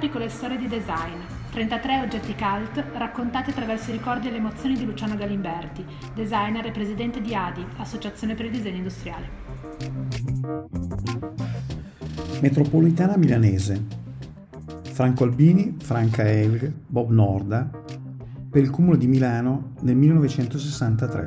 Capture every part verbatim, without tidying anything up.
piccole storie di design, trentatré oggetti cult raccontati attraverso i ricordi e le emozioni di Luciano Galimberti, designer e presidente di A D I, Associazione per il Disegno Industriale. Metropolitana milanese. Franco Albini, Franca Elg, Bob Norda, per il Cumulo di Milano nel millenovecentosessantatré.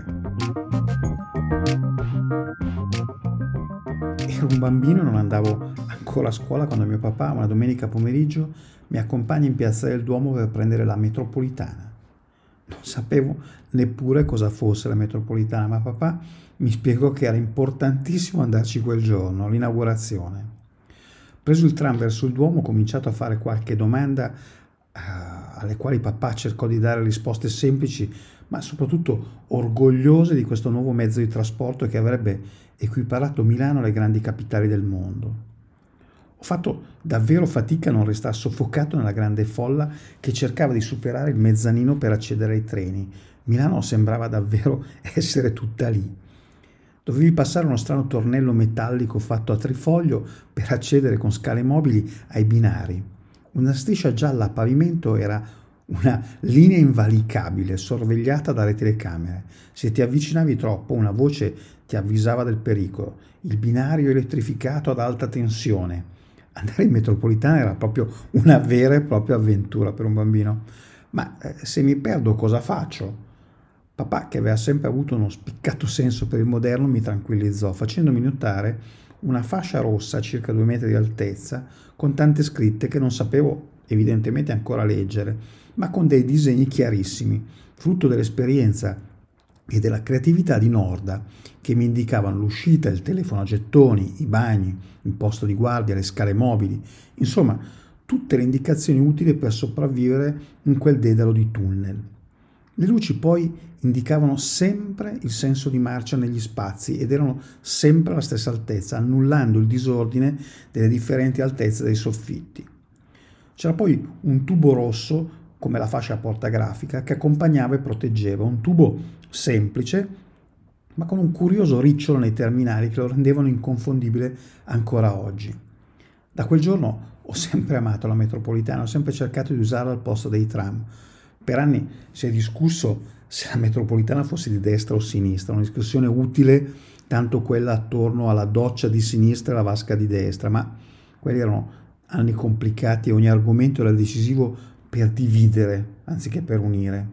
Ero un bambino e non andavo ancora a scuola quando mio papà, una domenica pomeriggio, mi accompagna in Piazza del Duomo per prendere la metropolitana. Non sapevo neppure cosa fosse la metropolitana, ma papà mi spiegò che era importantissimo andarci quel giorno, l'inaugurazione. Preso il tram verso il Duomo, ho cominciato a fare qualche domanda uh, alle quali papà cercò di dare risposte semplici, ma soprattutto orgogliose di questo nuovo mezzo di trasporto che avrebbe equiparato Milano alle grandi capitali del mondo. Ho fatto davvero fatica a non restare soffocato nella grande folla che cercava di superare il mezzanino per accedere ai treni. Milano sembrava davvero essere tutta lì. Dovevi passare uno strano tornello metallico fatto a trifoglio per accedere con scale mobili ai binari. Una striscia gialla a pavimento era una linea invalicabile sorvegliata dalle telecamere. Se ti avvicinavi troppo, una voce ti avvisava del pericolo. Il binario elettrificato ad alta tensione. Andare in metropolitana era proprio una vera e propria avventura per un bambino. Ma eh, se mi perdo cosa faccio? Papà, che aveva sempre avuto uno spiccato senso per il moderno, mi tranquillizzò facendomi notare una fascia rossa a circa due metri di altezza con tante scritte che non sapevo evidentemente ancora leggere, ma con dei disegni chiarissimi, frutto dell'esperienza e della creatività di Norda, che mi indicavano l'uscita, il telefono a gettoni, i bagni, il posto di guardia, le scale mobili, insomma tutte le indicazioni utili per sopravvivere in quel dedalo di tunnel. Le luci poi indicavano sempre il senso di marcia negli spazi ed erano sempre alla stessa altezza, annullando il disordine delle differenti altezze dei soffitti. C'era poi un tubo rosso, come la fascia portagrafica, che accompagnava e proteggeva, un tubo semplice, ma con un curioso ricciolo nei terminali che lo rendevano inconfondibile ancora oggi. Da quel giorno ho sempre amato la metropolitana, ho sempre cercato di usarla al posto dei tram. Per anni si è discusso se la metropolitana fosse di destra o sinistra, una discussione utile, tanto quella attorno alla doccia di sinistra e la vasca di destra, ma quelli erano anni complicati e ogni argomento era decisivo per dividere anziché per unire.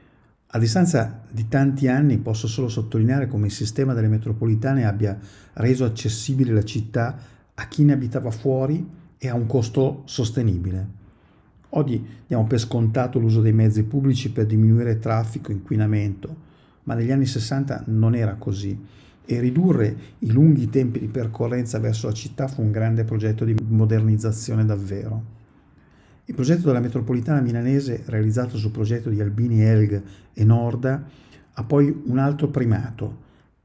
A distanza di tanti anni posso solo sottolineare come il sistema delle metropolitane abbia reso accessibile la città a chi ne abitava fuori e a un costo sostenibile. Oggi diamo per scontato l'uso dei mezzi pubblici per diminuire traffico e inquinamento, ma negli anni sessanta non era così e ridurre i lunghi tempi di percorrenza verso la città fu un grande progetto di modernizzazione davvero. Il progetto della metropolitana milanese, realizzato sul progetto di Albini, Elg e Norda, ha poi un altro primato.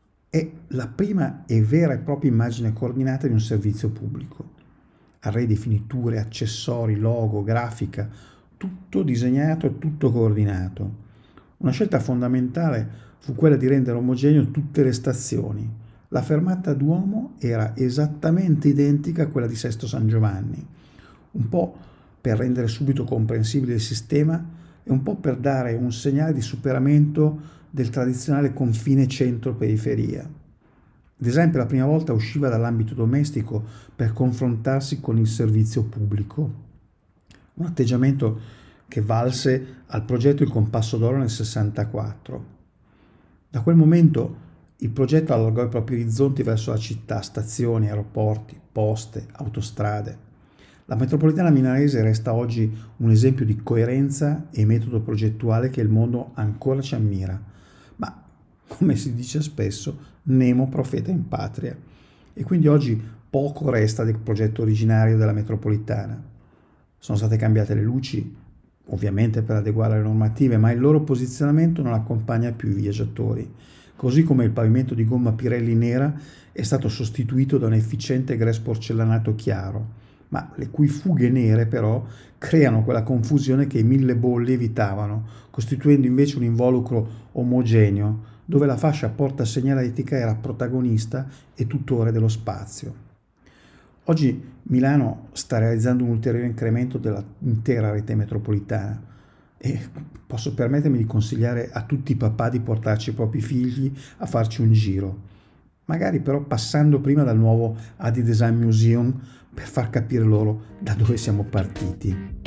È la prima e vera e propria immagine coordinata di un servizio pubblico. Arredi, finiture, accessori, logo, grafica, tutto disegnato e tutto coordinato. Una scelta fondamentale fu quella di rendere omogeneo tutte le stazioni. La fermata Duomo era esattamente identica a quella di Sesto San Giovanni, un po' per rendere subito comprensibile il sistema e un po' per dare un segnale di superamento del tradizionale confine centro-periferia. Ad esempio, la prima volta usciva dall'ambito domestico per confrontarsi con il servizio pubblico, un atteggiamento che valse al progetto Il Compasso d'Oro nel sessantaquattro. Da quel momento il progetto allargò i propri orizzonti verso la città, stazioni, aeroporti, poste, autostrade. La metropolitana milanese resta oggi un esempio di coerenza e metodo progettuale che il mondo ancora ci ammira, ma come si dice spesso, nemo profeta in patria, e quindi oggi poco resta del progetto originario della metropolitana. Sono state cambiate le luci, ovviamente per adeguare le normative, ma il loro posizionamento non accompagna più i viaggiatori, così come il pavimento di gomma Pirelli nera è stato sostituito da un efficiente grès porcellanato chiaro, ma le cui fughe nere però creano quella confusione che i mille bolli evitavano, costituendo invece un involucro omogeneo, dove la fascia porta segnaletica era protagonista e tutore dello spazio. Oggi Milano sta realizzando un ulteriore incremento dell'intera rete metropolitana e posso permettermi di consigliare a tutti i papà di portarci i propri figli a farci un giro, magari però passando prima dal nuovo A D I Design Museum per far capire loro da dove siamo partiti.